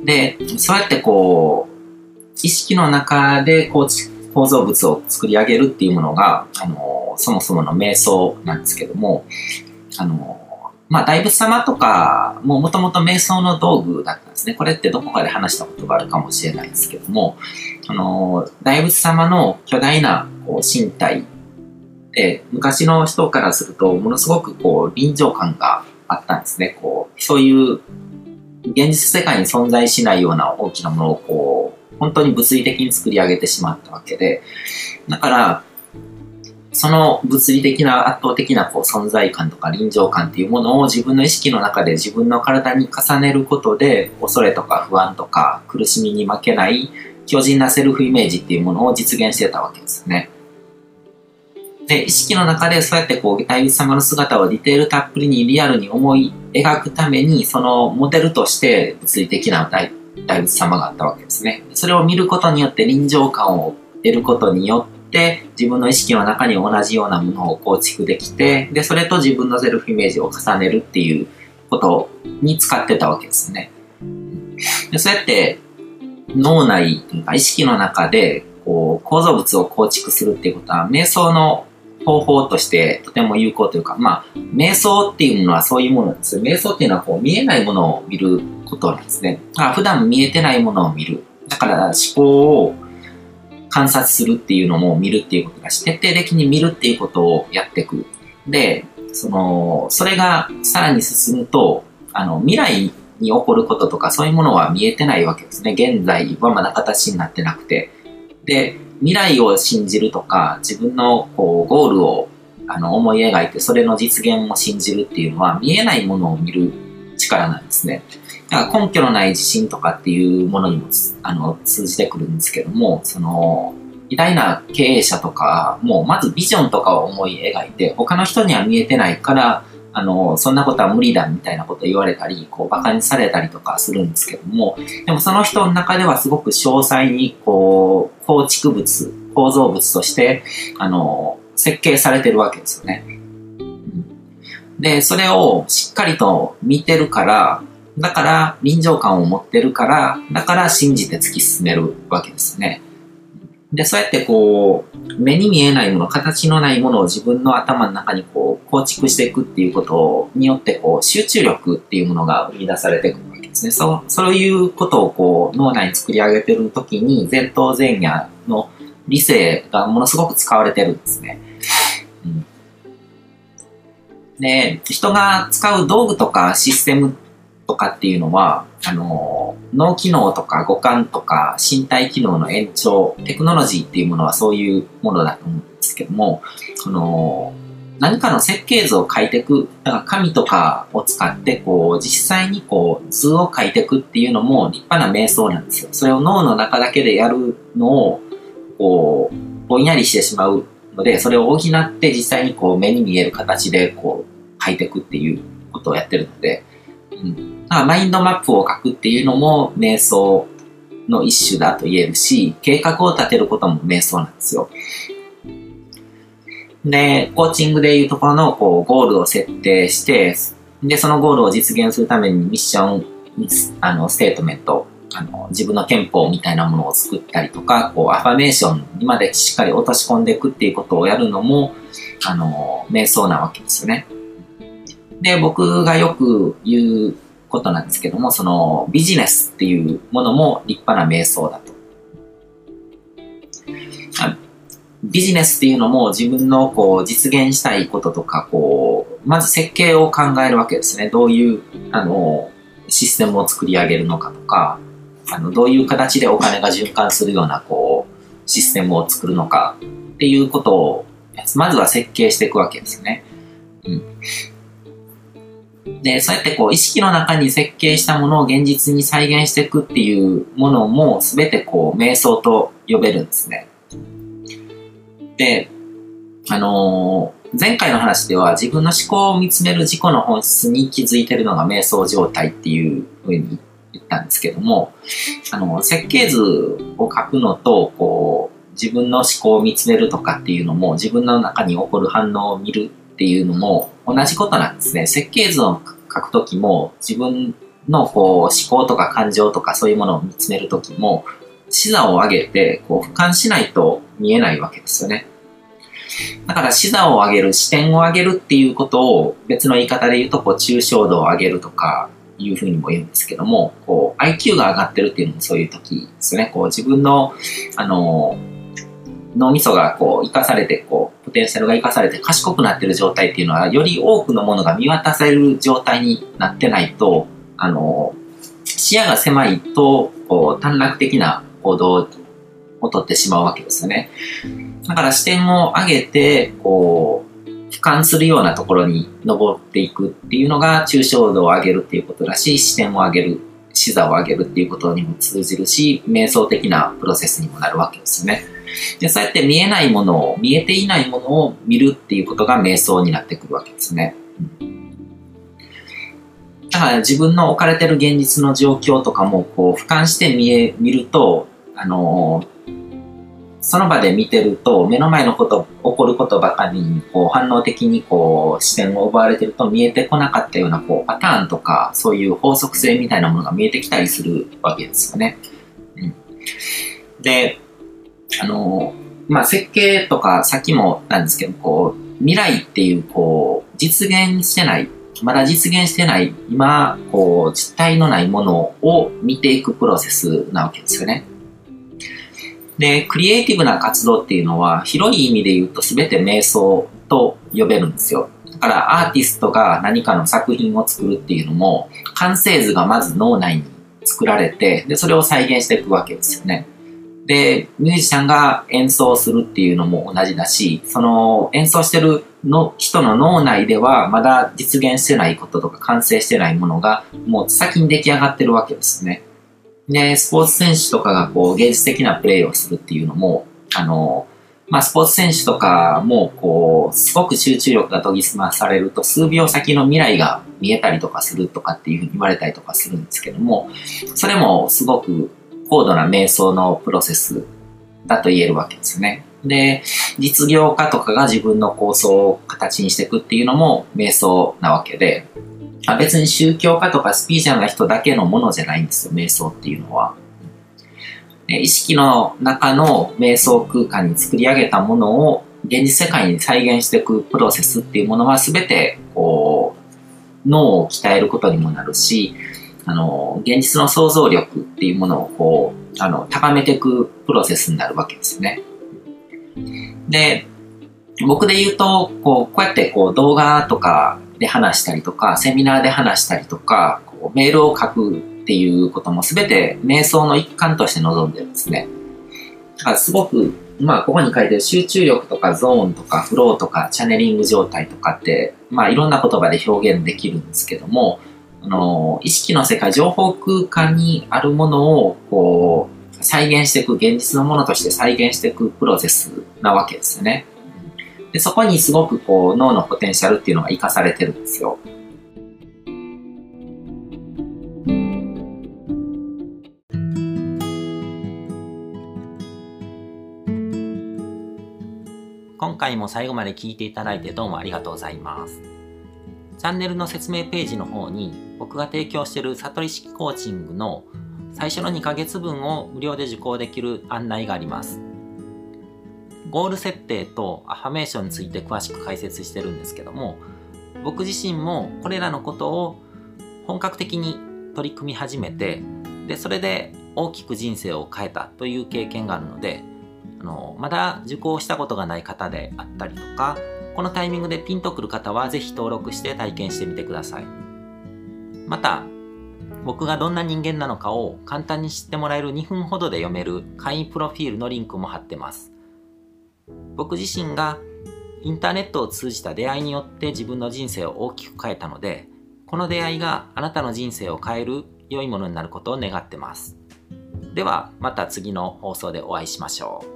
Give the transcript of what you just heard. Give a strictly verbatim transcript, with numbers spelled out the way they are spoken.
で、そうやってこう、意識の中で構構造物を作り上げるっていうものが、あの、そもそもの瞑想なんですけども、あの、まあ、大仏様とかももともと瞑想の道具だったんですね。これってどこかで話したことがあるかもしれないですけども、あの、大仏様の巨大なこう身体で、昔の人からするとものすごくこう臨場感があったんですね。こう、そういう現実世界に存在しないような大きなものをこう、本当に物理的に作り上げてしまったわけで、だから、その物理的な圧倒的なこう存在感とか臨場感っていうものを自分の意識の中で自分の体に重ねることで、恐れとか不安とか苦しみに負けない強靭なセルフイメージっていうものを実現してたわけですね。で、意識の中でそうやってこう大仏様の姿をディテールたっぷりにリアルに思い描くために、そのモデルとして物理的な 大, 大仏様があったわけですね。それを見ることによって臨場感を得ることによって、で自分の意識の中に同じようなものを構築できて、でそれと自分のセルフイメージを重ねるっていうことに使ってたわけですね。でそうやって脳内というか意識の中でこう構造物を構築するっていうことは瞑想の方法としてとても有効というか、まあ瞑想っていうものはそういうものです。瞑想っていうのはこう見えないものを見ることなんですね。あ、普段見えてないものを見る。だから思考を観察するっていうのも見るっていうことだし、徹底的に見るっていうことをやっていく。で、その、それがさらに進むと、あの、未来に起こることとかそういうものは見えてないわけですね。現在はまだ形になってなくて。で、未来を信じるとか、自分のこうゴールをあの思い描いて、それの実現を信じるっていうのは見えないものを見る力なんですね。だから根拠のない自信とかっていうものにもあの通じてくるんですけども、その偉大な経営者とかもまずビジョンとかを思い描いて、他の人には見えてないからあのそんなことは無理だみたいなこと言われたり、こうバカにされたりとかするんですけども、でもその人の中ではすごく詳細にこう構築物、構造物としてあの設計されてるわけですよね。で、それをしっかりと見てるから、だから臨場感を持ってるから、だから信じて突き進めるわけですね。で、そうやってこう、目に見えないもの、形のないものを自分の頭の中にこう構築していくっていうことによって、こう、集中力っていうものが生み出されてくるわけですね。そう、そういうことをこう、脳内に作り上げてるときに、前頭前野の理性がものすごく使われてるんですね。うん、で、人が使う道具とかシステムとかっていうのは、あの、脳機能とか五感とか身体機能の延長、テクノロジーっていうものはそういうものだと思うんですけども、その、何かの設計図を描いていく、だから紙とかを使って、こう、実際にこう、図を描いていくっていうのも立派な瞑想なんですよ。それを脳の中だけでやるのを、こう、ぼんやりしてしまうので、それを補って実際にこう、目に見える形でこう、描いていくっていうことをやってるので、うん、だからマインドマップを書くっていうのも瞑想の一種だと言えるし、計画を立てることも瞑想なんですよ。で、コーチングでいうところのこうゴールを設定して、で、そのゴールを実現するためにミッション、あの、ステートメント、あの、自分の憲法みたいなものを作ったりとか、こう、アファメーションにまでしっかり落とし込んでいくっていうことをやるのも、あの、瞑想なわけですよね。で、僕がよく言うことなんですけども、そのビジネスっていうものも立派な瞑想だと。ビジネスっていうのも自分のこう実現したいこととか、こう、まず設計を考えるわけですね。どういう、あの、システムを作り上げるのかとか、あの、どういう形でお金が循環するような、こう、システムを作るのかっていうことを、まずは設計していくわけですね。うん。で、そうやってこう意識の中に設計したものを現実に再現していくっていうものも全てこう瞑想と呼べるんですね。で、あのー、前回の話では自分の思考を見つめる自己の本質に気づいてるのが瞑想状態っていうふうに言ったんですけども、あの、設計図を書くのと、こう、自分の思考を見つめるとかっていうのも自分の中に起こる反応を見るっていうのも同じことなんですね。設計図を書くときも自分のこう思考とか感情とかそういうものを見つめるときも、視座を上げてこう俯瞰しないと見えないわけですよね。だから視座を上げる、視点を上げるっていうことを別の言い方で言うと、こう抽象度を上げるとかいうふうにも言うんですけども、こう アイキュー が上がってるっていうのもそういう時ですね。こう自分の、あの、脳みそがこう生かされて、こうポテンシャルが生かされて賢くなってる状態っていうのは、より多くのものが見渡せる状態になってないと、あの、視野が狭いと、こう短絡的な行動をとってしまうわけですよね。だから視点を上げて、こう、俯瞰するようなところに登っていくっていうのが抽象度を上げるっていうことだし、視点を上げる、視座を上げるっていうことにも通じるし、瞑想的なプロセスにもなるわけですよね。で、そうやって見えないものを、見えていないものを見るっていうことが瞑想になってくるわけですね。うん、だから自分の置かれてる現実の状況とかも、こう、俯瞰して見え、見ると、あのー、その場で見てると、目の前のこと、起こることばかりに、こう、反応的にこう、視点を奪われてると見えてこなかったような、こう、パターンとか、そういう法則性みたいなものが見えてきたりするわけですよね。うん。で、あの、まあ、設計とか、さっきもなんですけど、こう、未来っていう、こう、実現してない、まだ実現してない、今、こう、実体のないものを見ていくプロセスなわけですよね。で、クリエイティブな活動っていうのは、広い意味で言うと全て瞑想と呼べるんですよ。だからアーティストが何かの作品を作るっていうのも、完成図がまず脳内に作られて、で、それを再現していくわけですよね。で、ミュージシャンが演奏するっていうのも同じだし、その演奏してるの人の脳内ではまだ実現してないこととか完成してないものがもう先に出来上がってるわけですね。で、スポーツ選手とかがこう芸術的なプレーをするっていうのも、あの、まあ、スポーツ選手とかもこう、すごく集中力が研ぎ澄まされると数秒先の未来が見えたりとかするとかっていうふうに言われたりとかするんですけども、それもすごく高度な瞑想のプロセスだと言えるわけですよね。で、実業家とかが自分の構想を形にしていくっていうのも瞑想なわけで、別に宗教家とかスピリチュアルな人だけのものじゃないんですよ、瞑想っていうのは。意識の中の瞑想空間に作り上げたものを現実世界に再現していくプロセスっていうものは全てこう脳を鍛えることにもなるし、あの現実の想像力っていうものをこうあの高めていくプロセスになるわけですね。で、僕で言うとこうこうやってこう動画とかで話したりとかセミナーで話したりとかこうメールを書くっていうことも全て瞑想の一環として臨んでるんですね。だからすごく、まあここに書いてる集中力とかゾーンとかフローとかチャネリング状態とかって、まあいろんな言葉で表現できるんですけども、あの意識の世界、情報空間にあるものをこう再現していく、現実のものとして再現していくプロセスなわけですよね。で、そこにすごくこう脳のポテンシャルっていうのが活かされてるんですよ。今回も最後まで聞いていただいてどうもありがとうございます。チャンネルの説明ページの方に僕が提供している悟り式コーチングの最初のにかげつぶんを無料で受講できる案内があります。ゴール設定とアファメーションについて詳しく解説してるんですけども、僕自身もこれらのことを本格的に取り組み始めて、でそれで大きく人生を変えたという経験があるので、あのまだ受講したことがない方であったりとか、このタイミングでピンとくる方はぜひ登録して体験してみてください。また僕がどんな人間なのかを簡単に知ってもらえるにふんほどで読める会員プロフィールのリンクも貼ってます。僕自身がインターネットを通じた出会いによって自分の人生を大きく変えたので、この出会いがあなたの人生を変える良いものになることを願ってます。ではまた次の放送でお会いしましょう。